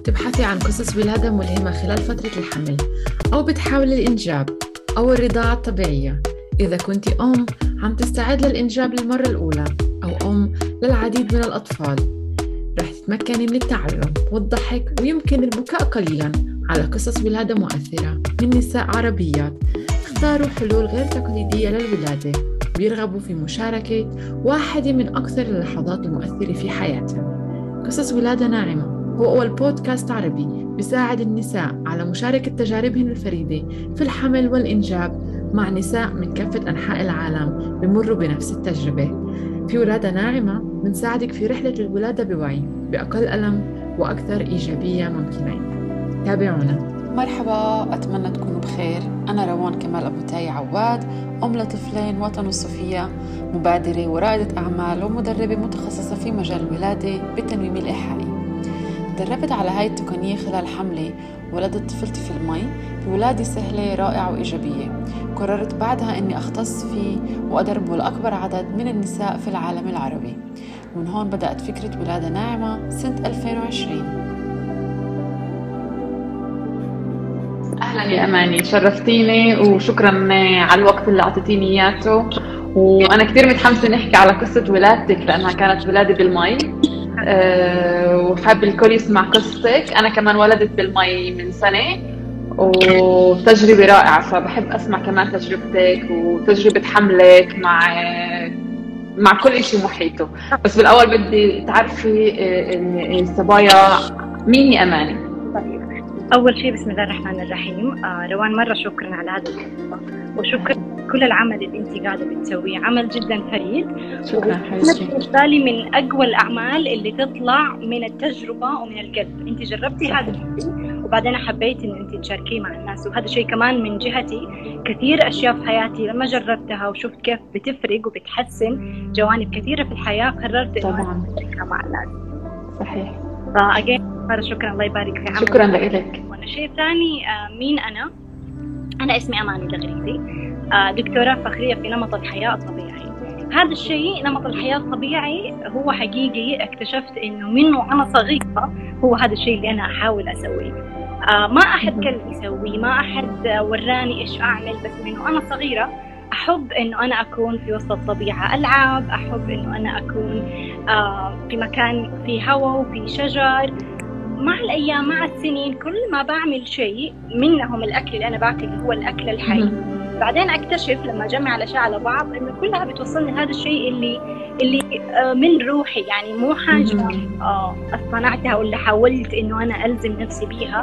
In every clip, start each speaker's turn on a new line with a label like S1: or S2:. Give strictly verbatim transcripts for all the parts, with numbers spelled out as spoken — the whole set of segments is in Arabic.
S1: تبحثي عن قصص ولادة ملهمة خلال فترة الحمل، أو بتحاولي الإنجاب أو الرضاعة الطبيعية. إذا كنت أم عم تستعد للإنجاب للمرة الأولى، أو أم للعديد من الأطفال، رح تتمكني من التعلم والضحك ويمكن البكاء قليلاً على قصص ولادة مؤثرة من نساء عربيات اختاروا حلول غير تقليدية للولادة، بيرغبوا في مشاركة واحدة من أكثر اللحظات المؤثرة في حياتهم. قصص ولادة ناعمة هو أول بودكاست عربي بيساعد النساء على مشاركة تجاربهن الفريدة في الحمل والإنجاب مع نساء من كافة أنحاء العالم بمروا بنفس التجربة. في ولادة ناعمة بنساعدك في رحلة الولادة بوعي، بأقل ألم وأكثر إيجابية ممكنة. تابعونا.
S2: مرحبا، أتمنى تكونوا بخير. أنا روان كمال أبو تاي عواد، أم لطفلين وطن وصفية، مبادرة ورائدة أعمال ومدربة متخصصة في مجال الولادة بالتنويم الإيحائي. تدربت على هاي التقنية خلال حملي ولدت طفلتي في المي بولادة سهلة رائعة وإيجابية. قررت بعدها أني أختص فيه وأدربه لأكبر عدد من النساء في العالم العربي، ومن هون بدأت فكرة ولادة ناعمة سنة ألفين وعشرين.
S3: أهلا يا أماني، شرفتيني وشكرا على الوقت اللي أعطيتيني إياته. وأنا كثير متحمسة نحكي على قصة ولادتك لأنها كانت ولادة بالمي، أه وحاب الكل يسمع قصتك. أنا كمان ولدت بالمي من سنة وتجربة رائعة، فبحب أسمع كمان تجربتك وتجربة حملك مع مع كل إشي محيطه. بس بالأول بدي تعرفي الصبايا مين هي أماني؟
S4: أول شيء بسم الله الرحمن الرحيم. آه روان، مرة شكرا على هذا القصة، وشكرا كل العمل اللي أنت قاعدة بتسويه، عمل جدا فريد.
S3: شكرا حبيبتي.
S4: بالنسبة لي من أقوى الأعمال اللي تطلع من التجربة ومن القلب. أنت جربتي هذا الشيء وبعدين حبيت إن أنت تشاركيه مع الناس، وهذا شيء كمان من جهتي. كثير أشياء في حياتي لما جربتها وشفت كيف بتفرق وبتحسن جوانب كثيرة في الحياة، قررت إنه أشاركها مع الناس.
S3: صحيح.
S4: فأجين مرة شكرا، الله يبارك في عمرك.
S3: شكرا لك.
S4: وانا شيء ثاني، مين انا؟ انا اسمي اماني الغريزي، دكتوراه فخريه في نمط الحياه الطبيعي. هذا الشيء نمط الحياه الطبيعي هو حقيقي اكتشفت انه منه انا صغيره هو هذا الشيء اللي انا احاول اسويه. ما احد كان يسويه، ما احد وراني ايش اعمل، بس منه انا صغيره أحب إنه أنا أكون في وسط الطبيعة ألعب، أحب إنه أنا أكون في مكان في هواء وفي شجر. مع الأيام مع السنين كل ما بعمل شيء منهم الأكل اللي أنا باكله هو الأكل الحي، بعدين أكتشف لما أجمع الأشياء على بعض إنه كلها بتوصلني هذا الشيء اللي اللي من روحي، يعني مو حاجة آه اصطنعتها ولا حاولت إنه أنا ألزم نفسي بيها،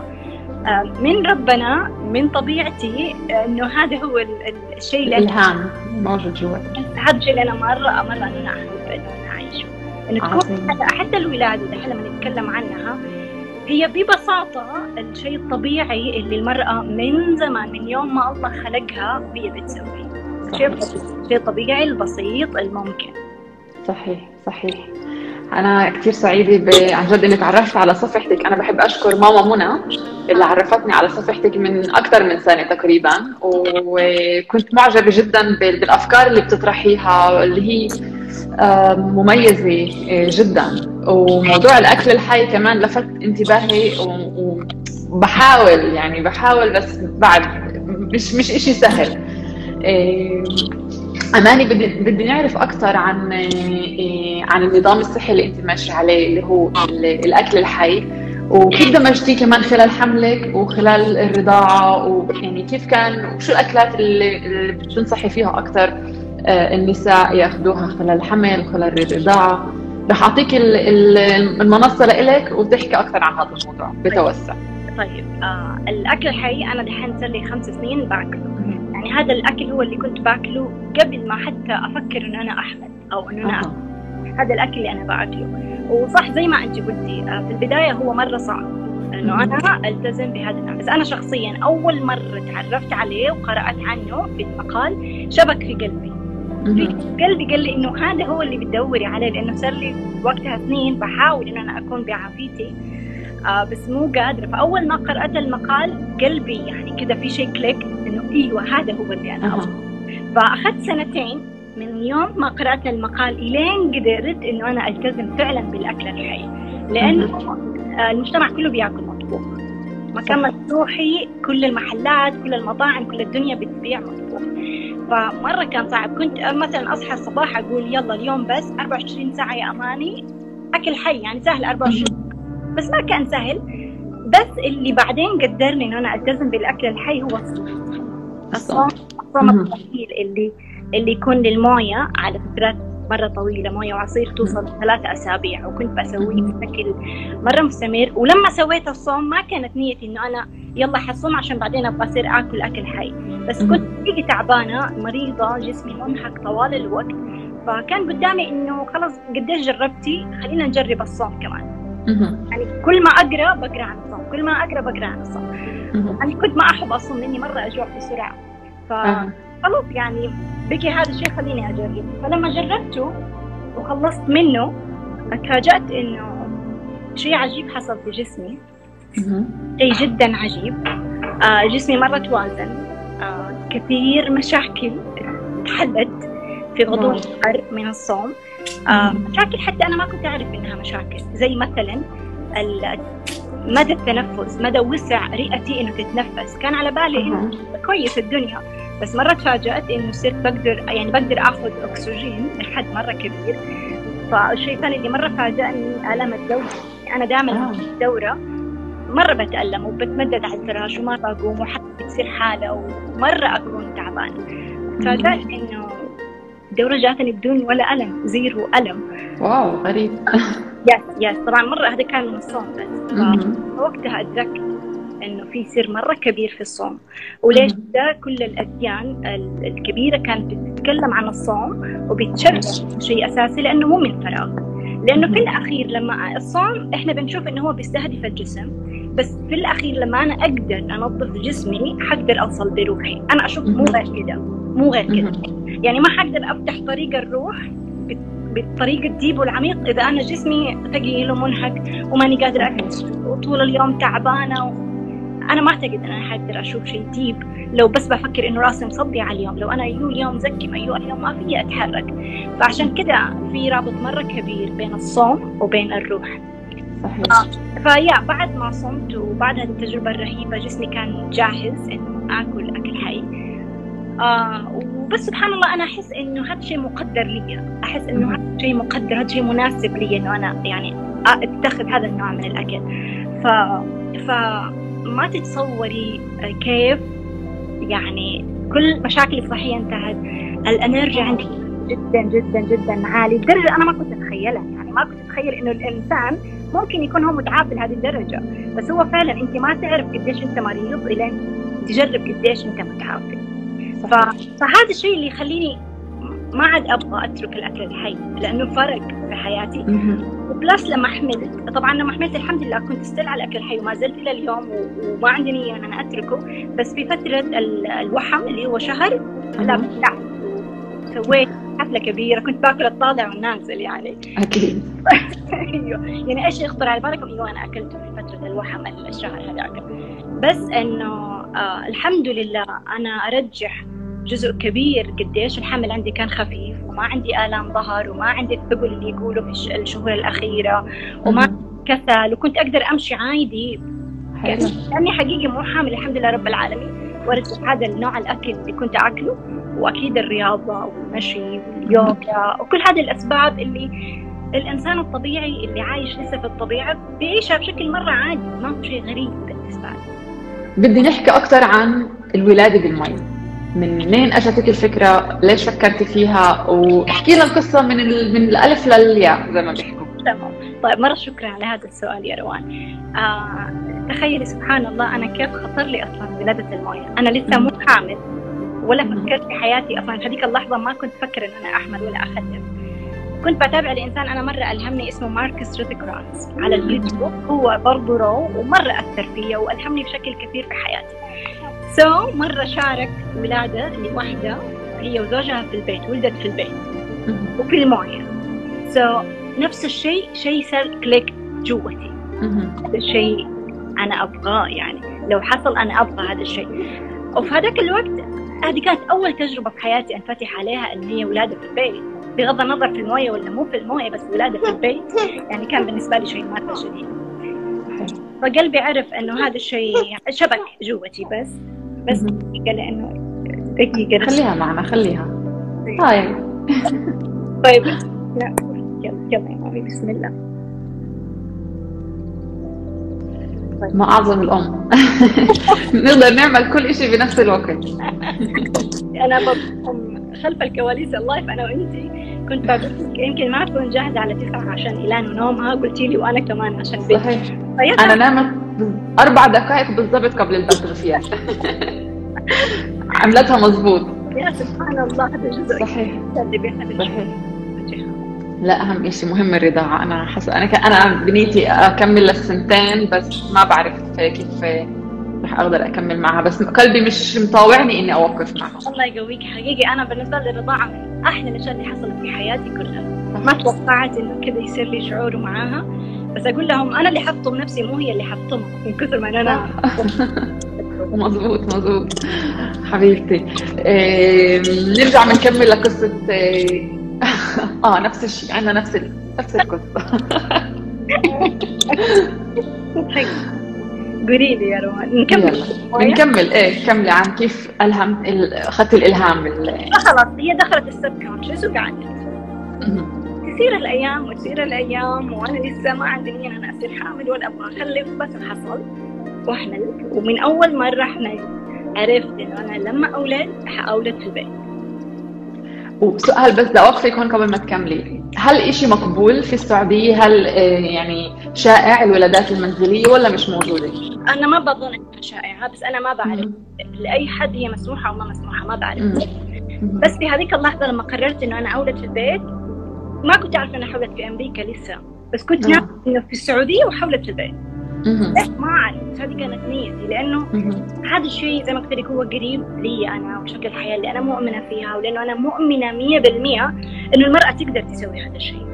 S4: من ربنا، من طبيعتي، إنه هذا هو الشيء اللي
S3: الإلهام موجود جوا.
S4: هذا الشيء اللي أنا مرة مرة أنا أحب إنه أنا أعيشه، إنه تكون حتى الولادة ده لما نتكلم عنها هي ببساطة الشيء الطبيعي اللي المرأة من زمان من يوم ما الله خلقها وهي بتسويه. شيء شيء طبيعي البسيط الممكن.
S3: صحيح صحيح. أنا كثير سعيدة عن جد إني تعرفت على صفحتك. أنا بحب أشكر ماما منى اللي عرفتني على صفحتك من أكثر من سنة تقريبا، وكنت معجبة جدا بالأفكار اللي بتطرحيها اللي هي مميزة جدا. وموضوع الأكل الحي كمان لفت انتباهي، وبحاول يعني بحاول بس بعد مش مش إشي سهل. أماني، بدي بدي نعرف أكثر عن عن النظام الصحي اللي أنت ماشي عليه اللي هو الأكل الحي، وكيف دمجتيه كمان خلال حملك وخلال الرضاعة، ويعني كيف كان وشو الأكلات اللي, اللي بتنصحي فيها أكثر النساء يأخذوها خلال الحمل وخلال الرضاعة. رح أعطيك المنصة لإلك وتحكي أكثر عن هذا الموضوع بتوسع.
S4: طيب، آه الأكل الحي أنا دحين صار لي خمس سنين باكله. يعني هذا الأكل هو اللي كنت باكله قبل ما حتى أفكر إنه أنا أحمل أو إنه أنا أه. هذا الأكل اللي أنا باكله. وصح زي ما أنت قلتي، آه في البداية هو مرة صعب إنه أنا ألتزم بهذا النوع، بس أنا شخصيا أول مرة تعرفت عليه وقرأت عنه في المقال شبك في قلبي. في قلبي قال لي إنه هذا هو اللي بتدوري عليه، لأنه صار لي وقتها سنين بحاول إنه أنا أكون بعافيتي، آه بس مو قادرة. فأول ما قرأت المقال قلبي يعني كده في شيء كليك إنه إيوه هذا هو اللي أنا أبغاه. فأخذت سنتين من يوم ما قرأت المقال إلين قدرت إنه أنا ألتزم فعلا بالأكل الحي، لأنه آه المجتمع كله بيأكل مطبخ، مطبوخ، مكان مفتوحي، كل المحلات كل المطاعم كل الدنيا بتبيع مطبوخ. فمرة كان صعب. كنت مثلا أصحى الصباح أقول يلا اليوم بس أربعة وعشرين ساعة يا أماني أكل حي، يعني سهل أربعة وعشرين، بس ما كان سهل. بس اللي بعدين قدرني إنه أنا ألتزم بالأكل الحي هو الصوم. الصوم الصوم الطويل اللي اللي يكون للموية على فترات مرة طويلة، موية وعصير توصل ثلاثة أسابيع، وكنت بسويه بشكل مرة مستمر. ولما سويت الصوم ما كانت نيتي إنه أنا يلا حصوم عشان بعدين أبغى أصير آكل أكل حي، بس كنت تيجي تعبانة مريضة جسمي منهك طوال الوقت، فكان قدامي إنه خلاص قديش جربتي خلينا نجرب الصوم كمان. يعني كل ما أقرأ بقرأ عن الصوم، كل ما أقرأ بقرأ عن الصوم. يعني كنت ما أحب أصوم لأني مرة أجوع بسرعة، فخلاص يعني بقي هذا الشيء خليني أجرب. فلما جربته وخلصت منه تفاجأت إنه شيء عجيب حصل في جسمي، شيء جدا عجيب. آه جسمي مرة توازن، آه كثير مشاكل تحلت في غضون الشهر من الصوم. آه مشاكل حتى أنا ما كنت أعرف إنها مشاكل، زي مثلا مدى التنفس، مدى وسع رئتي إنه تتنفس. كان على بالي إنه كويس الدنيا، بس مرة تفاجأت إنه صرت بقدر يعني بقدر أخذ أكسجين لحد مرة كبير. فالشيء الثاني اللي مرة فاجأني ألم الدورة. أنا دائما في الدورة مرة بتألم وبتمدد على الفراش ومرة أقوم وحتى بتصير حالة ومرة أكون تعبانة. تفاجأت إنه الدورة جاتني بدون ولا ألم، زيرو ألم.
S3: واو غريب.
S4: يس يس طبعا مرة هذا كان من الصوم بس. فوقتها أدركت إنه في سر مرة كبير في الصوم. وليش ده كل الأديان الكبيرة كانت بتتكلم عن الصوم وبتشرح شيء أساسي، لأنه مو من فراغ. لأنه في الأخير لما الصوم إحنا بنشوف إنه هو بيستهدف الجسم، بس في الأخير لما أنا أقدر أنظف جسمي حقدر أوصل بروحي. أنا أشوف مو غير كده، مو غير كده. يعني ما حقدر أفتح طريق الروح بالطريقة الديب والعميق إذا أنا جسمي ثقيل ومنهك وماني قادر أكل وطول اليوم تعبانة و... أنا ما أعتقد أن أنا حقدر أشوف شيء ديب لو بس بفكر إنه راسي مصدي على اليوم. لو أنا أيوه اليوم زكي أيوه اليوم ما فيي أتحرك. فعشان كده في رابط مرة كبير بين الصوم وبين الروح.
S3: صحيح.
S4: آه. فيا بعد ما صمت وبعد هذه التجربة الرهيبة جسمي كان جاهز إنه آكل أكل حي. آه وبس سبحان الله أنا أحس إنه هذا شيء مقدر لي، أحس إنه هذا شيء مقدر، هذا شيء مناسب لي إنه أنا يعني أتخذ هذا النوع من الأكل. ف فما تتصوري كيف يعني كل مشاكلي الصحية انتهت، الانرجي عندي جدا جدا جدا عالي لدرجة أنا ما كنت أتخيلها. يعني ما كنت أتخيل إنه الإنسان ممكن يكون هو متعافى لهذه الدرجة، بس هو فعلا أنت ما تعرف قديش أنت مريض إلى تجرب قديش أنت متعافى. ف... فهذا الشيء اللي يخليني ما عاد أبغى أترك الأكل الحي، لأنه فرق في حياتي. وبلاس لما حملت، طبعا لما حملت الحمد لله كنت استل على الأكل الحي وما زلت إلى اليوم وما عندي نية أن أنا أتركه. بس في فترة الوحم اللي هو شهر لا بتاع سويت حفلة كبيرة، كنت باكل الطالع والنازل يعني.
S3: أكيد.
S4: أيوه يعني إيش يخطر على بالكم؟ أيوه أنا أكلته في فترة الوحم الشهر هذاك. بس إنه آه الحمد لله أنا أرجح جزء كبير قديش الحمل عندي كان خفيف وما عندي آلام ظهر وما عندي الثقل اللي يقولوا في الشهور الأخيرة وما كسل، وكنت أقدر أمشي عادي لأني حقيقي مو حامل الحمد لله رب العالمين. وارجع هذا النوع الأكل اللي كنت أكله، وأكيد الرياضة والمشي واليوغا وكل هذه الأسباب اللي الإنسان الطبيعي اللي عايش لسه في الطبيعة بيعيشها بشكل مرة عادي، ما هو شيء غريب بالنسبة لي.
S3: بدي نحكي أكتر عن الولادة بالمي. منين أجتك الفكرة؟ ليش فكرتي فيها؟ واحكي لنا القصة من ال... من الألف للياء زي ما بيحكوا.
S4: تمام. طيب مرة شكرا على هذا السؤال يا روان. آه، تخيلي سبحان الله أنا كيف خطر لي أصلا ولادة الموية. أنا لسه مو حامل ولا فكرت في حياتي أصلا في هذيك اللحظة، ما كنت فكر إن أنا أحمل ولا أخلف. كنت بتابع لإنسان أنا مرة ألهمني اسمه ماركس ريثكرانز على اليوتيوب، هو برضو رو ومرة أثر فيا وألهمني بشكل كثير في حياتي. سو so, مرة شارك ولادة لوحدة هي وزوجها في البيت، ولدت في البيت وفي الموية. سو so, نفس الشيء شيء صار كليك جوتي، هذا الشيء أنا أبغاه. يعني لو حصل أنا أبغى هذا الشيء. وفي هذاك الوقت هذه كانت أول تجربة في حياتي أنفتح عليها، إن هي ولادة في البيت بغض النظر في الموية ولا مو في الموية، بس ولادة في البيت يعني كان بالنسبة لي شيء مرة جديد. فقلبي عرف إنه هذا الشيء شبك جوتي بس بس دقيقة لأنه دقيقة
S3: خليها معنا خليها هاي.
S4: طيب لا يلا يلا يا مامي بسم الله.
S3: ما أعظم الأم. نقدر نعمل كل إشي بنفس الوقت.
S4: أنا بقوم خلف الكواليس اللايف أنا وإنتي كنت بقولك يمكن ما تكون جاهزة على تسعة عشان إيلان ونومها، قلتي لي وأنا كمان عشان بيت.
S3: صحيح. أنا نامت أربع دقائق بالضبط قبل البطرفيات. عملتها مظبوط.
S4: يا سبحان الله هذا جزء
S3: صحيح.
S4: اللي بيحدث.
S3: صحيح. لا أهم إشي مهم الرضاعة. أنا حس أنا ك... أنا بنيتي أكمل للسنتين بس ما بعرف كيف رح أقدر أكمل معها، بس قلبي مش مطاوعني إني أوقف معها.
S4: الله يقويك حقيقي. أنا بالنسبة لي الرضاعة من أحلى الأشياء اللي حصلت في حياتي كلها. ما توقعت إنه كذا يصير لي شعور معاها، بس أقول لهم أنا اللي حفطم نفسي مو هي اللي حفطمها من كثر ما أنا.
S3: مظبوط مظبوط حبيبتي. إيه... نرجع بنكمل لقصة. إيه... اه نفس الشيء عندنا نفس ال... نفس القصة.
S4: قولي لي يا روان نكمل.
S3: نكمل ايه كملي عن كيف الهم اخذت الالهام. ال...
S4: خلاص هي دخلت السب كونشس وقعدت تسير الايام وتسير الايام وانا لسه ما عندي نية انا اصير حامل ولا ابغى اخلف، بس حصل واحملت. ومن اول مرة حملت عرفت انه انا لما اولد حاولد في البيت.
S3: وسؤال بس لأوقفك هون قبل ما تكملي، هل إشي مقبول في السعودية؟ هل يعني شائع الولادات المنزلية ولا مش موجودة؟
S4: أنا ما بظن إنها شائعة، بس أنا ما بعرف لأي حد هي مسموحة أو ما مسموحة، ما بعرف. بس في هذيك اللحظة لما قررت إنه أنا أولد في البيت ما كنت أعرف إنه حولت في أمريكا لسه، بس كنت نعرف إنه في السعودية وحولت في البيت. ما أعرف، هذه كانت نيتي لأنه هذا الشيء زي ما قلت لك هو قريب لي أنا وشكل الحياة اللي أنا مؤمنة فيها، ولأنه أنا مؤمنة مية بالمية إنه المرأة تقدر تسوي هذا الشيء.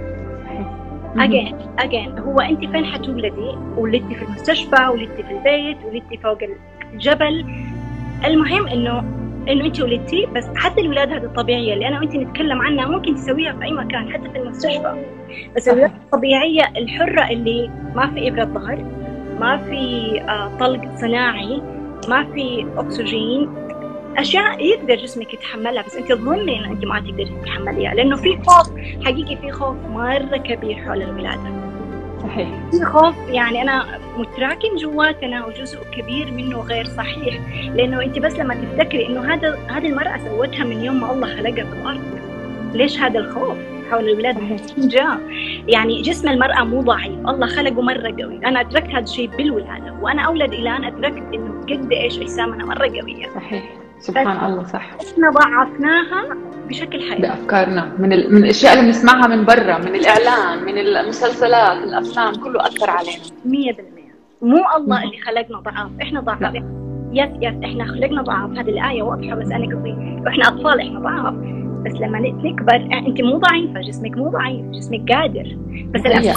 S4: أجين أجين هو أنت فين حتولدي؟ ولدتي في المستشفى، ولدتي في البيت، ولدتي فوق الجبل، المهم إنه إنه أنت ولدتي. بس حتى الولادة هذه الطبيعية اللي أنا وأنت نتكلم عنها ممكن تسويها في أي مكان حتى في المستشفى، بس الولادة الطبيعية الحرة اللي ما في إبرة ظهر، ما في طلق صناعي، ما في أكسجين، أشياء يقدر جسمك يتحملها، بس أنت تظني إن أنت ما تقدر تتحمليها لأنه في خوف حقيقي، في خوف مرة كبير حول الولادة.
S3: صحيح.
S4: في خوف يعني أنا متراكم جواتنا وجزء كبير منه غير صحيح، لأنه أنت بس لما تفتكري إنه هذا هذه المرأة سوتها من يوم ما الله خلقها في الأرض، ليش هذا الخوف حول الولادة؟ جاء يعني جسم المرأة مو ضعيف، الله خلقه مرة قوي. أنا أدركت هذا الشيء بالولادة، وأنا أولد إلان أدركت إنه قد إيش أجسامنا مرة قوية.
S3: صحيح سبحان الله. صح.
S4: إحنا ضعفناها بشكل حقيقي
S3: بأفكارنا من ال... من الأشياء اللي بنسمعها من برا، من الإعلام، من المسلسلات، الأفلام، كله أثر علينا.
S4: مية بالمية. مو الله اللي خلقنا ضعاف، إحنا ضعاف. يس يس إحنا خلقنا ضعاف، هذه الآية واضحة، بس أنا قصدي إحنا أطفال إحنا ضعاف، بس لما نكبر أنت مو ضعيفة، جسمك مو ضعيف، جسمك قادر. بس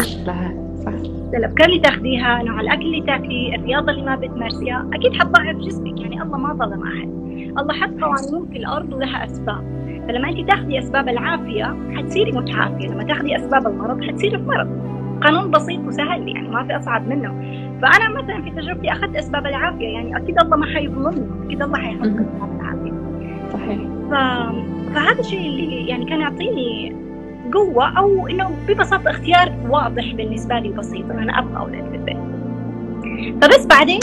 S4: الأفكار اللي تاخديها، نوع الأكل اللي تاكليه، الرياضة اللي ما بتمارسيها أكيد حتضعف جسمك. يعني الله ما ظلم أحد، الله حط قوانين في الأرض ولها أسباب، فلما أنت تاخدي أسباب العافية حتصيري متعافية، لما تاخدي أسباب المرض حتصيري في مرض. قانون بسيط وسهل يعني ما في أصعب منه. فأنا مثلا في تجربتي أخذت أسباب العافية، يعني أكيد الله ما حيظلمني، أكيد الله حيحط أسباب العافية.
S3: صحيح.
S4: ف... فهذا الشيء اللي يعني كان يعطيني قوة، أو إنه ببساطة اختيار واضح بالنسبة لي بسيط إنه أنا أبغى أولد في البيت. فبس بعدين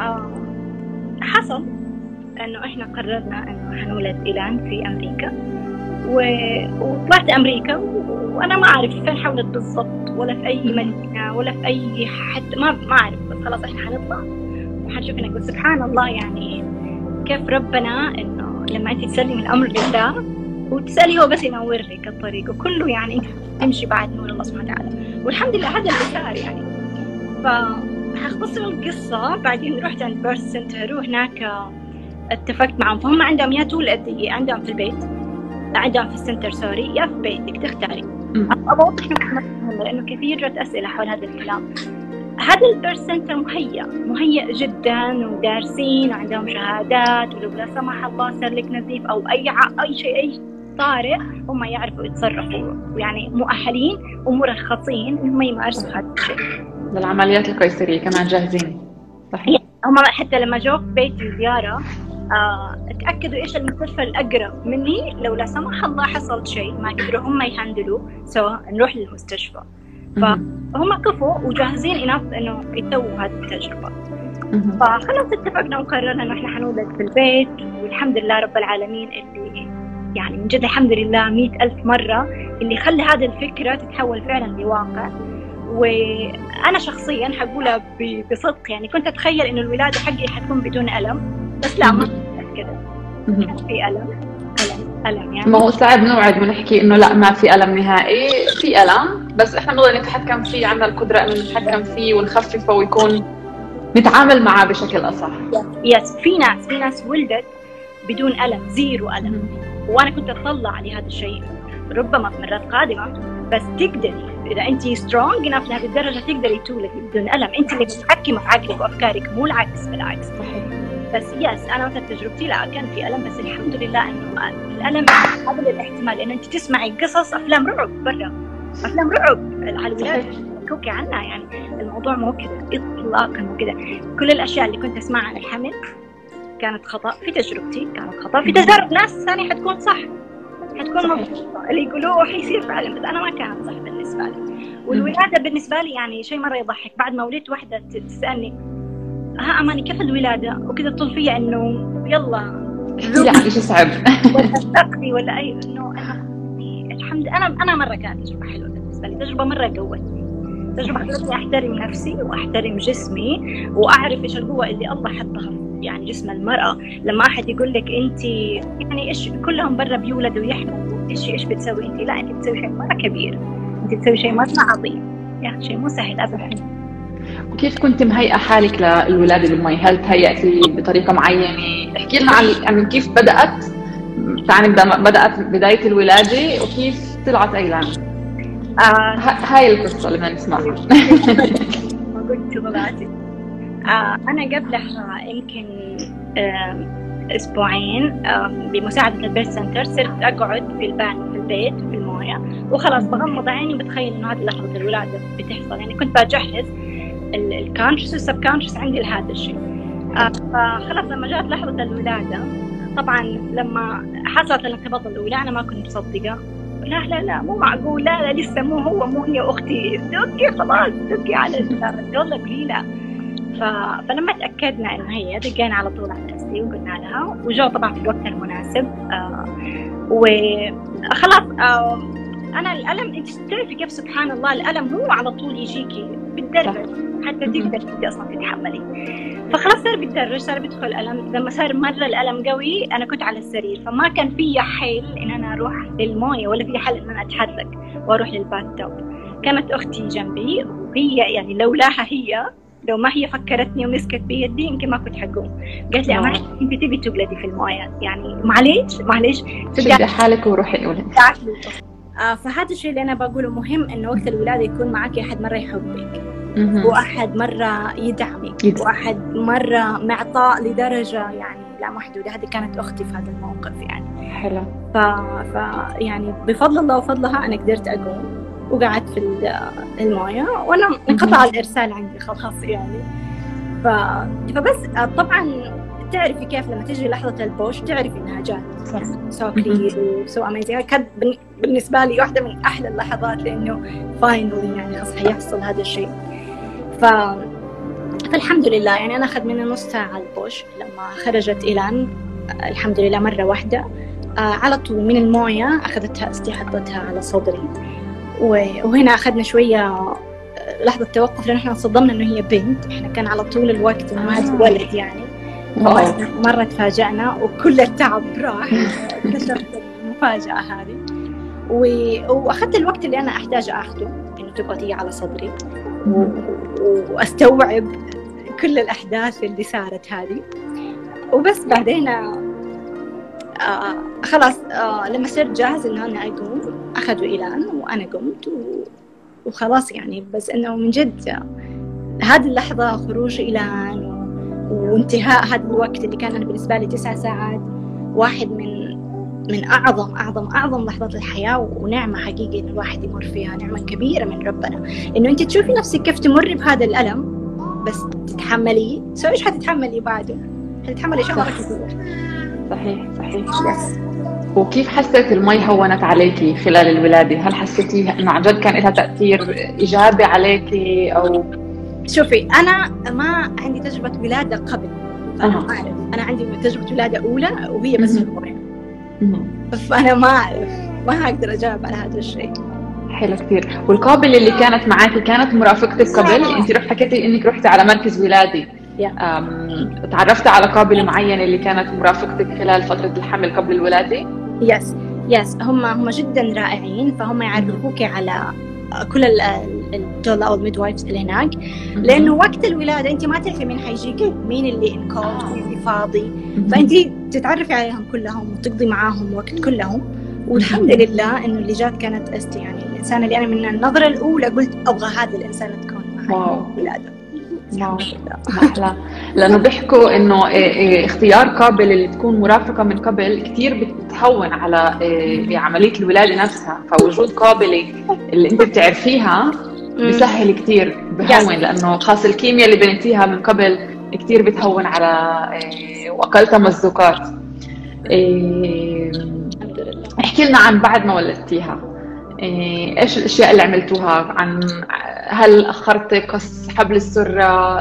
S4: حصل إنه إحنا قررنا إنه حنولد إيلان في أمريكا، و... وطلعت أمريكا وأنا ما أعرف فين حولت بالضبط، ولا في أي مدينة ولا في أي حد، ما ما أعرف، بس خلاص إحنا حنطلع وحنشوف هناك. سبحان الله يعني كيف ربنا إنه لما أنت تسلمي الأمر لله وتسألي هو بس ينور لك الطريق، وكله يعني أنت تمشي بعد نور الله سبحانه وتعالى، والحمد لله هذا اللي صار يعني. فهختصر القصة. بعدين رحت عند بيرث سنتر وهناك اتفقت معهم، فهم عندهم يا تولد عندهم في البيت، عندهم في السنتر سوري، يا في بيتك تختاري. أبغى أوضح لكم لأنه كثير جت أسئلة حول هذا الكلام. هذا البيرث سنتر مهيأ مهيأ جدا ودارسين وعندهم شهادات، ولو لا سمح الله صار لك نزيف أو أي ع... أي شيء أي طارئ هم يعرفوا يتصرفوا، يعني مؤهلين ومرخصين إنهم يمارسوا هذا الشيء.
S3: للعمليات القيصرية كمان جاهزين.
S4: صحيح. هم حتى لما جو في بيتي زيارة آه، اتأكدوا إيش المستشفى الأقرب مني، لو لا سمح الله حصل شيء ما قدروا هم يهندلوا سوا نروح للمستشفى. فهم كفوا وجاهزين إناف إنه يسووا هذه التجربة. فخلاص اتفقنا وقررنا إنه إحنا حنولد في البيت، والحمد لله رب العالمين اللي يعني من جد الحمد لله مئة ألف مرة اللي خلى هذه الفكرة تتحول فعلا لواقع. وأنا شخصيا حقولها بصدق، يعني كنت أتخيل إنه الولادة حقي حتكون بدون ألم، بس لا، ما كده، كان في ألم ألم ألم يعني.
S3: ما هو صعب نوعد ونحكي إنه لا ما في ألم نهائي، في ألم بس إحنا بنقدر نتحكم فيه، عندنا القدرة إنه نتحكم فيه ونخففه ويكون نتعامل معه بشكل أصح.
S4: يس، في ناس في ناس ولدت بدون ألم، زيرو ألم، وأنا كنت أطلع لهذا الشيء ربما في مرات قادمة، بس تقدري إذا أنت سترونج إنف لهذه الدرجة تقدري تولدي بدون ألم. أنت اللي متحكمة في عقلك وأفكارك، مو العكس، بالعكس.
S3: صحيح.
S4: بس يس أنا مثل تجربتي لا كان في ألم، بس الحمد لله إنه الألم قبل الاحتمال، لأنه أنت تسمعي قصص أفلام رعب برا، أفلام رعب على الولادة كوكي عنها، يعني الموضوع مو كذا إطلاقا، مو كذا. كل الأشياء اللي كنت أسمعها عن الحمل كانت خطأ في تجربتي، كانت خطأ في تجارب ناس ثانية حتكون صح، حتكون مضبوطة، اللي يقولوه حيصير فعلا، بس أنا ما كانت صح بالنسبة لي. والولادة بالنسبة لي يعني شيء مرة يضحك. بعد ما ولدت واحدة تسألني ها أماني كيف الولادة وكذا، تطل فيها إنه يلا
S3: يعني إيش صعب
S4: ولا تقضي ولا أي، إنه أنا الحمد أنا أنا مرة كانت تجربة حلوة بالنسبة لي، تجربة مرة قوتني، تجربة خلتني أحترم نفسي وأحترم جسمي وأعرف إيش القوة اللي الله حطها يعني جسم المرأة. لما أحد يقول لك أنت يعني إيش كلهم برا بيولدوا ويحملوا، إيش إيش بتسوي أنت؟ لا، أنت بتسوي شيء مرة كبير، أنت بتسوي شيء مرة عظيم، يعني شيء مو سهل أبدا.
S3: وكيف كنت مهيئة حالك للولادة بالمي؟ هل تهيأتي بطريقة معينة؟ احكي لنا عن كيف بدأت، يعني بدأت بداية الولادة وكيف طلعت أيلان. آه هاي القصة اللي بدنا نسمعها.
S4: ما قلت غلطتي. آه أنا قبلها يمكن آه أسبوعين آه بمساعدة البيرث سنتر صرت أقعد في البان في البيت في الموية، وخلاص بغمض عيني وبتخيل إنه هذه لحظة الولادة بتحصل. يعني كنت بجهز الكونشس والسب كونشس عندي لهذا الشيء. آه فخلاص لما جاءت لحظة الولادة، طبعا لما حصلت الانقباض الأولى أنا ما كنت مصدقة، لا لا لا مو معقول، لا لا لسه مو هو مو هي أختي، دقي خلاص دقي على الدولة قليلة. فلما تأكدنا إنه هي، دقينا على طول على التسلي وقلنا لها، وجاء طبعا في الوقت المناسب. آه وخلاص آه أنا الألم، أنت تعرفي كيف سبحان الله الألم هو على طول يجيكي بالدرجة حتى تقدر أنت أصلا تتحملي. فخلاص صار بالدرج، صار بيدخل الألم. لما صار مرة الألم قوي أنا كنت على السرير، فما كان في حل إن أنا أروح للموية ولا في حل إن أنا أتحرك وأروح للبات توب. كانت أختي جنبي وهي يعني لولاها هي، لو ما هي فكرتني ومسكت بيدي يمكن ما كنت حقوم. قالت لي أماني أنت تبي تولدي في الموية، يعني معليش معليش
S3: شدي حالك وروحي ولدي.
S4: آه فهذا الشيء اللي أنا بقوله مهم، إنه وقت الولادة يكون معك أحد مرة يحبك، وأحد مرة يدعمك، وأحد مرة معطاء لدرجة يعني لا محدودة. هذه كانت أختي في هذا الموقف يعني.
S3: حلو.
S4: ف... ف يعني بفضل الله وفضلها أنا قدرت أقوم وقعدت في الموية، وأنا انقطع الإرسال عندي خلاص يعني. ف... فبس طبعا تعرفي كيف لما تجي لحظة البوش تعرفي إنها جات سو كلير وسو أميزنج. كانت بالنسبة لي واحدة من أحلى اللحظات، لأنه فاينلي يعني خلاص هيحصل هذا الشيء. ف... فالحمد لله يعني أنا أخذ مني نص ساعة البوش. لما خرجت إيلان الحمد لله مرة واحدة آه على طول من الموية أخذتها أستي حطتها على صدري، وهنا أخذنا شوية لحظة توقف لأن إحنا صدمنا إنه هي بنت. إحنا كان على طول الوقت إنه هذا ولد يعني. مرة تفاجأنا وكل التعب راح. اكتشفت المفاجأة هذه و... وأخذت الوقت اللي أنا أحتاج أخذه، إنه تقعد هي على صدري و... وأستوعب كل الأحداث اللي صارت هذه. وبس بعدين آه خلاص آه لما صرت جاهز إنه أنا أقوم أخذوا إيلان وأنا قمت و... وخلاص يعني. بس إنه من جد هذه اللحظة خروج إيلان و... وانتهاء هذا الوقت اللي كان أنا بالنسبة لي تسع ساعات، واحد من من أعظم أعظم أعظم لحظات الحياة، ونعمة حقيقة إن الواحد يمر فيها، نعمة كبيرة من ربنا إنه أنت تشوفي نفسك كيف تمر بهذا الألم بس تتحمليه. سو إيش حتتحملي بعده؟ حتتحملي أشياء مرة كثير.
S3: صحيح صحيح. وكيف حسيت المي هونت عليكي خلال الولادة؟ هل حسيتي إنه عن جد كان لها تأثير إيجابي عليكي أو؟
S4: شوفي أنا ما عندي تجربة ولادة قبل، أنا ما أعرف. أنا عندي تجربة ولادة أولى وهي بس الموية، فأنا ما أعرف، ما أقدر أجاوب على هذا الشيء.
S3: حلو كثير. والقابلة اللي كانت معاكي كانت مرافقتك قبل؟ أنت رحت حكيتي إنك رحتي على مركز ولادة، تعرفتي على قابلة معينة اللي كانت مرافقتك خلال فترة الحمل قبل الولادة؟
S4: يس يس هم هم جدا رائعين، فهم يعرفوك على كل الدول أو الميدوايفز اللي هناك، لأنه وقت الولادة أنت ما تعرفي مين حيجيك، مين اللي انكول، مين اللي فاضي، فأنت تتعرفي عليهم كلهم وتقضي معاهم وقت كلهم. والحمد لله إنه اللي جات كانت أستي، يعني الإنسان اللي أنا من النظرة الأولى قلت أبغى هذا الإنسان تكون معي الولادة.
S3: ما أحلى، لأنه بيحكوا إنه اختيار قابل اللي تكون مرافقة من قبل كتير بتهون على عملية الولادة نفسها، فوجود قابلة اللي أنت بتعرفيها بيسهل كتير، بهون، لأنه خاص الكيمياء اللي بنتيها من قبل كتير بتهون على وأقل تمزقات. احكي لنا عن بعد ما ولدتيها، ايش الاشياء اللي عملتوها؟ عن هل اخرتي قص حبل السره؟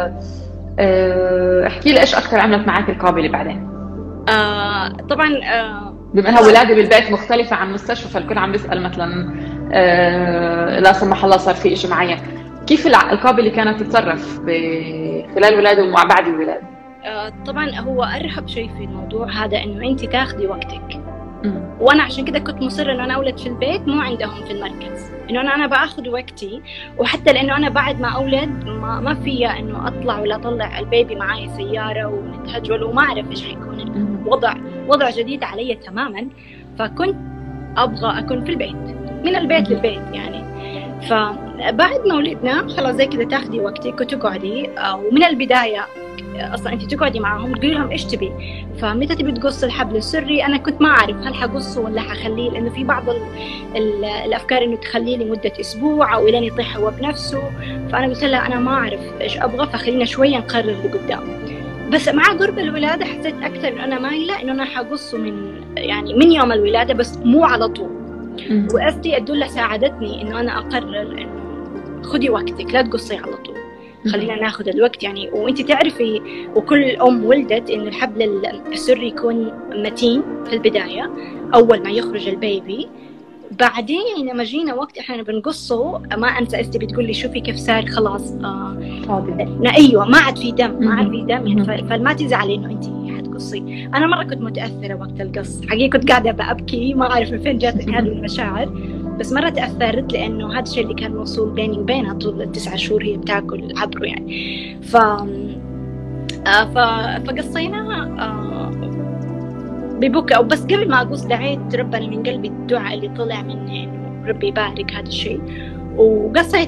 S3: احكي لي ايش اكثر عملت معك القابله بعدين.
S4: آه طبعا آه
S3: بما انها ولاده بالبيت مختلفه عن مستشفى، فالكل عم بيسال مثلا آه لا سمح الله صار في شيء معين، كيف القابله كانت تتصرف خلال الولاده ومع بعد الولاده؟
S4: آه طبعا هو ارهب شيء في الموضوع هذا انه انت تاخذي وقتك، وانا عشان كده كنت مصره انه انا اولد في البيت مو عندهم في المركز، انه انا انا باخذ وقتي، وحتى لانه انا بعد ما اولد ما ما فيا انه اطلع ولا اطلع البيبي معي سياره ونتهجل وما اعرف ايش حيكون الوضع، وضع جديد علي تماما، فكنت ابغى اكون في البيت، من البيت للبيت يعني. فبعد ما ولدنا خلاص زي كده تاخذي وقتك وتقعدي، ومن البدايه اصلا انت تقعدي معهم تقولي لهم ايش تبي، فمتى تبي تقص الحبل السري؟ انا كنت ما اعرف هل حقصه ولا حخليه، لانه في بعض ال ال الافكار انه تخليه لمده اسبوع او الين يطيح هو بنفسه، فانا قلت لها انا ما اعرف ايش ابغى، فخلينا شويه نقرر لقدام. بس مع قرب الولاده حسيت اكثر انه انا مايله انه انا حقصه من يعني من يوم الولاده، بس مو على طول. واستي الدولة ساعدتني انه انا اقرر انه خدي وقتك، لا تقصي على طول، خلينا ناخذ الوقت يعني. وانت تعرفي وكل ام ولدت انه الحبل السري يكون متين في البدايه اول ما يخرج البيبي، بعدين لما جينا وقت احنا بنقصه ما انسى استي بتقول لي شوفي كيف صار خلاص آه ايوه ما عاد في دم ما عاد في دم يعني، فما تزعلي انه انت حتقصي. انا مره كنت متاثره وقت القص حقيقه، كنت قاعده بابكي ما اعرف من فين جاتك هذه المشاعر، بس مرة تأثرت لأنه هذا الشيء اللي كان موصول بيني وبينها طول التسعة شهور هي بتاكل عبره يعني. ف ف فقصينا آه ببكاء، وبس قبل ما أقص دعيت ربنا من قلبي الدعاء اللي طلع مني إنه ربي يبارك هذا الشيء، وقصيت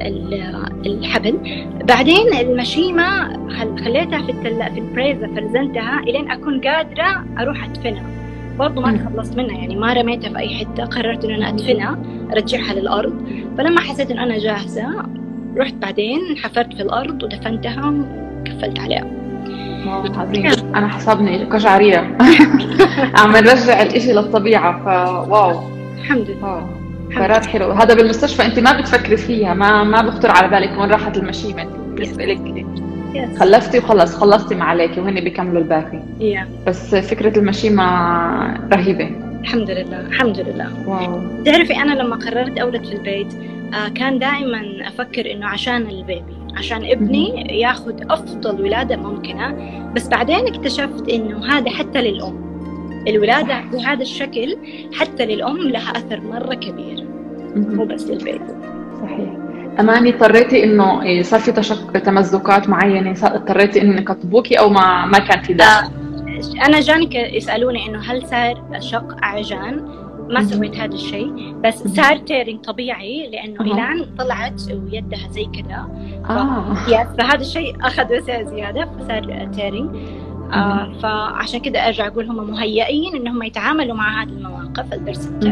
S4: الحبل. بعدين المشيمة خليتها في التل... في الفريزر، فرزنتها إلين أكون قادرة أروح أدفنها، برضو ما تخلصت منها يعني، ما رميتها في أي حتة، قررت إن أنا أدفنها أرجعها للأرض. فلما حسيت إن أنا جاهزة رحت بعدين حفرت في الأرض ودفنتها وكفلت عليها.
S3: عظيم. أنا حسبني قشعريرة عم نرجع الإشي للطبيعة، فواو
S4: الحمد لله
S3: قرار حلو. هذا بالمستشفى أنت ما بتفكري فيها، ما ما بخطر على بالك وين راحت المشيمة، بالنسبة لك خلفتي وخلص خلصتي ما عليكي وهن بيكملوا الباقي.
S4: yeah.
S3: بس فكرة المشيمة رهيبة.
S4: الحمد لله الحمد لله.
S3: واو.
S4: تعرفي أنا لما قررت أولد في البيت آه كان دائما أفكر إنه عشان البيبي، عشان ابني ياخذ أفضل ولادة ممكنة، بس بعدين اكتشفت إنه هذا حتى للأم، الولادة بهذا الشكل حتى للأم لها أثر مرة كبير مو بس للبيبي.
S3: صحيح. أماني اضطريتي إنه صار في تشق تمزقات معينة، اضطريتي إنك تطبوكي أو ما ما كان في داعي؟
S4: آه أنا جانك يسألوني إنه هل صار شق أعجان، ما سويت هذا الشيء، بس صار تيرنج طبيعي لأنه إيلان طلعت ويدها زي كذا.
S3: آه.
S4: فهذا الشيء أخذ وسع زيادة فصار تيرنج. آه فعشان كده ارجع اقول هم مهيئين انهم يتعاملوا مع هذه المواقف البرسنتر.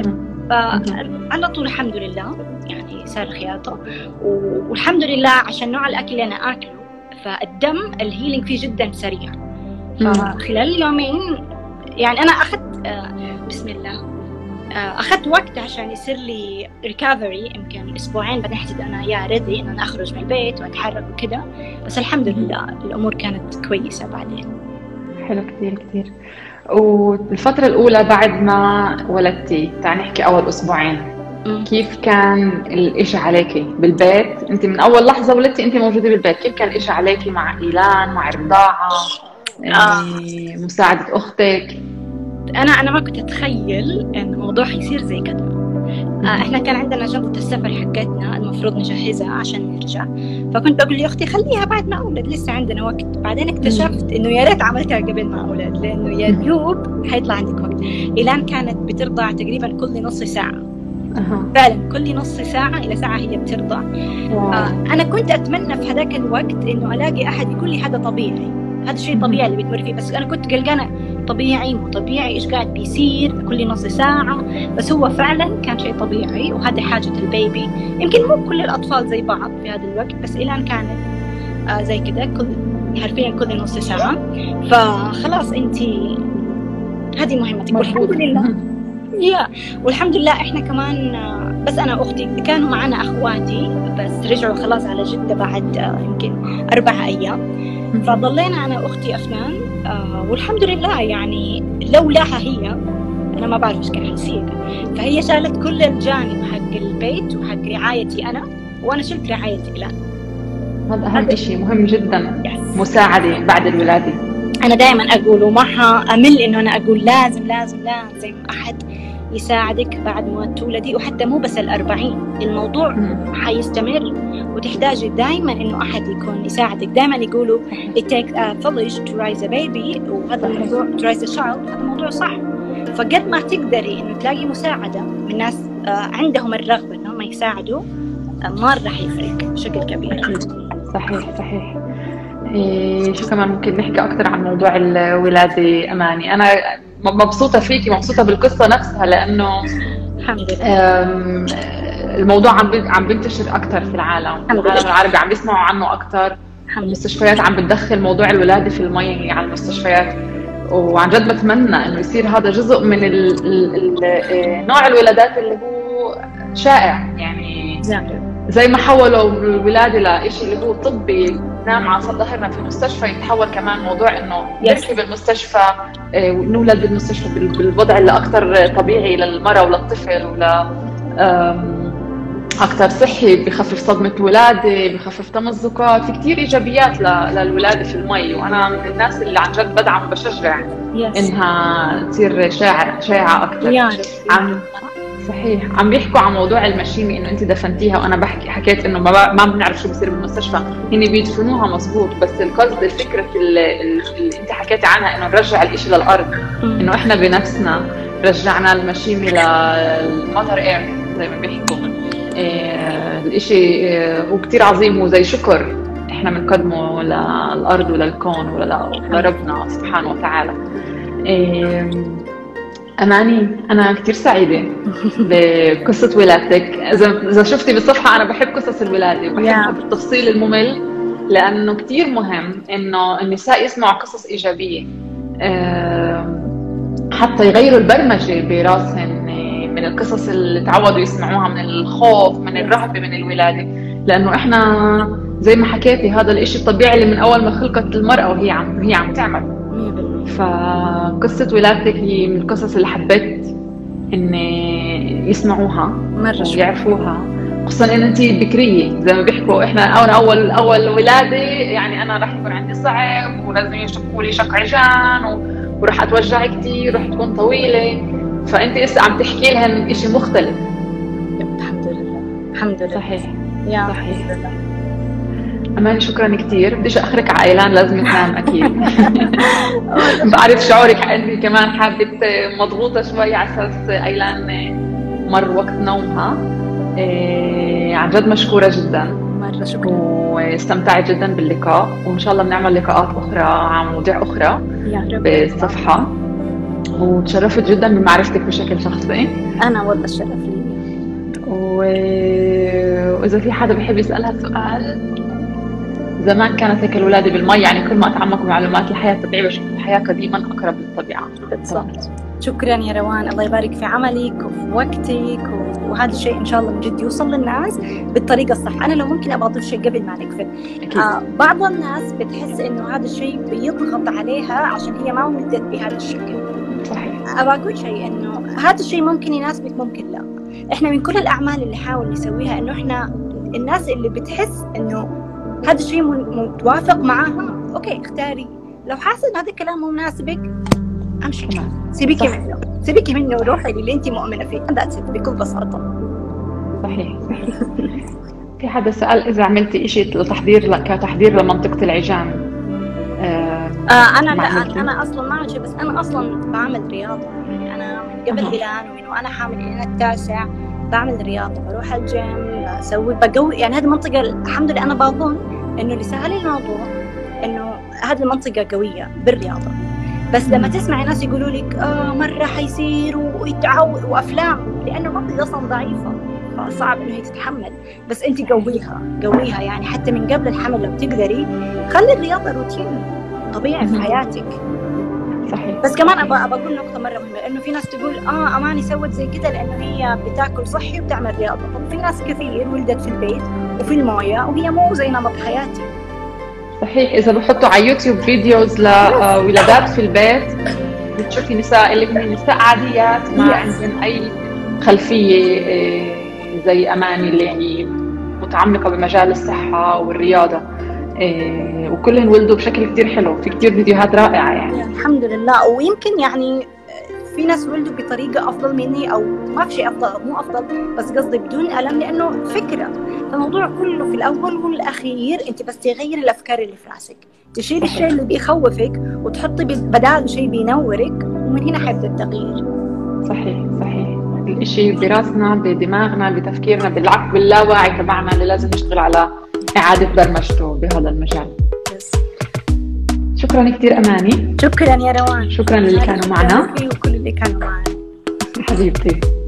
S4: فعلى طول الحمد لله يعني صار خياطه، والحمد لله عشان نوع الاكل اللي انا اكله فالدم الهيلينج فيه جدا سريع. فخلال اليومين يعني انا اخذت آه بسم الله آه اخذت وقت عشان يصير لي ريكفري، يمكن اسبوعين بعدين حسيت انا يا ريدي ان انا اخرج من البيت واتحرك وكده، بس الحمد لله الامور كانت كويسه بعدين.
S3: حلو كتير كتير. والفترة الأولى بعد ما ولدتي، تعال نحكي أول أسبوعين، م. كيف كان الإشي عليكي بالبيت؟ أنت من أول لحظة ولدتي أنت موجودة بالبيت، كيف كان الإشي عليكي مع إيلان، مع الرضاعة، آه. مساعدة أختك؟
S4: أنا أنا ما كنت أتخيل إن الموضوع حيصير زي كده. احنا كان عندنا شنطة السفر حقتنا المفروض نجهزها عشان نرجع، فكنت بقول لأختي خليها بعد ما أولد لسه عندنا وقت. بعدين اكتشفت إنه يا ريت عملتها قبل ما أولد، لأنه يا دوب حيطلع عندك وقت. إيلان كانت بترضع تقريبا كل نص ساعة، فعلا كل نص ساعة إلى ساعة هي بترضع. آه أنا كنت أتمنى في هذاك الوقت إنه ألاقي أحد يقول لي هذا طبيعي، هذا شيء طبيعي اللي بتمر فيه، بس أنا كنت قلقانة طبيعي مو طبيعي إيش قاعد بيصير كل نص ساعة، بس هو فعلا كان شيء طبيعي وهذا حاجة البيبي. يمكن مو كل الأطفال زي بعض في هذا الوقت، بس إيلان كانت آه زي كده كل حرفيا كل نص ساعة. فخلاص أنتي هذه مهمتك والحمد لله. يا والحمد لله إحنا كمان بس أنا وأختي كانوا معنا أخواتي بس رجعوا خلاص على جدة بعد آه يمكن أربع أيام، فضلينا أنا وأختي أفنان آه والحمد لله. يعني لولاها هي أنا ما بعرف إيش كان حيصير، فهي شالت كل الجانب حق البيت وحق رعايتي أنا، وأنا شلت رعايتي إيلان.
S3: هذا أهم شيء مهم جدا، مساعدة بعد الولادة.
S4: أنا دائما أقول وما أمل إنه أنا أقول لازم لازم لازم أحد يساعدك بعد ما تولدي، وحتى مو بس الأربعين، الموضوع حيستمر وتحتاجي دائما إنه أحد يكون يساعدك. دائما يقولوا it takes a village to raise a baby، وهذا الموضوع to raise a child، هذا الموضوع صح. فقد ما تقدري إنه تلاقي مساعدة من ناس عندهم الرغبة إنهم يساعدوا مرة حيفرق بشكل كبير.
S3: صحيح صحيح. إيه شو كمان ممكن نحكي أكتر عن موضوع الولادة أماني؟ أنا مبسوطة فيكي، مبسوطة بالقصة نفسها، لأنه
S4: الحمد لله
S3: الموضوع عم عم بنتشر أكتر في العالم، العالم العربي عم بيسمعوا عنه أكتر. المستشفيات عم بتدخل موضوع الولادة في المي على المستشفيات، وعن جد بتمنى إنه يصير هذا جزء من ال ال ال نوع الولادات اللي هو شائع. يعني زي ما حولوا الولادة لإشي اللي هو طبي نام على ظهرنا في المستشفى، يتحول كمان موضوع إنه نحكي بالمستشفى ونولد بالمستشفى بالوضع اللي أكتر طبيعي للمرأة وللطفل ولا أكتر صحي، بخفف صدمة ولادة، بخفف تمزقات، في كتير إيجابيات للولادة في المي. وأنا من الناس اللي عن جد بدعم وبشجع إنها تصير شائعة شائعة أكتر. عم صحيح عم بيحكوا عن موضوع المشيمة إنه أنت دفنتيها، وأنا بحكي حكيت إنه ما ما بنعرف شو بيصير بالمستشفى، هن بيدفنوها مظبوط، بس القصد الفكرة اللي, اللي أنت حكيتي عنها إنه نرجع الإشي للأرض، إنه إحنا بنفسنا رجعنا المشيمة للمطر إير زي ما بيحكوا. إيه الإشي إيه هو كتير عظيم وزي شكر إحنا بنقدمه للأرض وللكون ولربنا سبحانه وتعالى. إيه أماني أنا كتير سعيدة بقصة ولادتك. إذا شفتي بالصفحة أنا بحب قصص الولادة وبحبها yeah. بالتفصيل الممل، لأنه كتير مهم إنه النساء يسمعوا قصص إيجابية حتى يغيروا البرمجة براسهم من القصص اللي تعودوا يسمعوها، من الخوف، من الرهبة من الولادة. لأنه إحنا زي ما حكيتي هذا الإشي الطبيعي اللي من أول ما خلقت المرأة وهي عم هي عم تعمل. فقصة ولادتك هي من القصص اللي حبيت إن يسمعوها مرة ويعرفوها، خصوصا إن أنت بكرية زي ما بيحكوا إحنا أنا أول أول ولادة، يعني أنا راح يكون عندي صعب ولازم يشقوا لي شق عجان وراح أتوجع كتير وراح تكون طويلة، فأنت لسه عم تحكي لهم إشي مختلف.
S4: الحمد لله الحمد لله.
S3: صحيح
S4: يا
S3: صحيح. أماني شكرا كتير، بديش أخرك على إيلان لازم تنام أكيد. بعرف شعورك، عندي كمان حابة مضغوطة شوي على أساس إيلان مر وقت نومها. إيه عن جد مشكورة جدا
S4: مرة شكرا.
S3: واستمتعت جدا باللقاء، وإن شاء الله بنعمل لقاءات أخرى عن مواضيع أخرى
S4: يا رب.
S3: بالصفحة. وتشرفت جدا بمعرفتك بشكل شخصي.
S4: أنا والله الشرف لي.
S3: و... وإذا في حدا بيحب يسألها سؤال، زمان كانت هيك الولادة بالمي، يعني كل ما أتعمق بمعلومات الحياة الطبيعية بشوف الحياة قديما أقرب للطبيعة.
S4: بالضبط. شكرا يا روان، الله يبارك في عملك وفي وقتك، وهذا الشيء إن شاء الله من جد يوصل للناس بالطريقة الصح. أنا لو ممكن أبغى أضيف شيء قبل ما نقفل. آه بعض الناس بتحس إنه هذا الشيء بيضغط عليها عشان هي ما ولدت بهذا الشكل.
S3: صحيح.
S4: أبغى أقول شيء إنه هذا الشيء ممكن يناسبك ممكن لا. إحنا من كل الأعمال اللي حاول نسويها إنه إحنا الناس اللي بتحس إنه هذا الشيء متوافق معاها، أوكي اختاري. لو حاسة إن هذا الكلام مو مناسبك امشي، سيبيكي منه سيبيكي منه وروحي للي انت مؤمنه فيه. هذا بكل بساطه.
S3: صحيح. في حدا سأل اذا عملتي إشي لتحضير كتحضير لمنطقه العجان.
S4: آه آه انا لا انا اصلا ما عملت، بس انا اصلا بعمل رياضه. يعني انا من قبل الان ومن وانا حامل الى التاسع بعمل رياضه، بروح الجيم، اسوي بقوي. يعني هذه المنطقه الحمد لله انا بظن انه اللي سهل الموضوع انه هذه المنطقه قويه بالرياضه. بس لما تسمع ناس يقولوا لك آه مرة حيصير ويتعود وأفلام، لأنه المنطقة أصلا ضعيفة فصعب إنه هي تتحمل. بس أنت قويها قويها يعني حتى من قبل الحمل لو تقدري خلي الرياضة روتين طبيعي في حياتك.
S3: صحيح.
S4: بس كمان أبغى أبغى أقول نقطة مرة مهمة، إنه في ناس تقول آه أماني سوت زي كده لأنه هي بتاكل صحي وبتعمل رياضة. طب في ناس كثير ولدت في البيت وفي الموية وهي مو زي نمط حياتي.
S3: صحيح. إذا بحطوا على يوتيوب فيديوز لولادات في البيت بتشوفي نساء اللي هن نساء عاديات ما عندهم أي خلفية زي أماني اللي يعني متعمقة بمجال الصحة والرياضة، وكلهم ولدوا بشكل كتير حلو. في كتير فيديوهات رائعة يعني.
S4: الحمد لله. ويمكن يعني في ناس ولدوا بطريقة أفضل مني، أو ما في شيء أفضل أو مو أفضل، بس قصدي بدون ألم، لأنه فكرة. الموضوع كله في الأول والأخير أنت بس تغير الأفكار اللي في راسك، تشيل الشيء اللي بيخوفك وتحطي بدال شيء بينورك، ومن هنا حيبدأ التغيير.
S3: صحيح. صحيح. الإشي براسنا بدماغنا بتفكيرنا بالعقل باللاواعي تبعنا اللي لازم نشتغل على إعادة برمجته بهذا المجال. شكرا كتير أماني.
S4: شكرا يا روان.
S3: شكرا للي كانوا معنا
S4: وكل اللي كانوا معنا
S3: حبيبتي.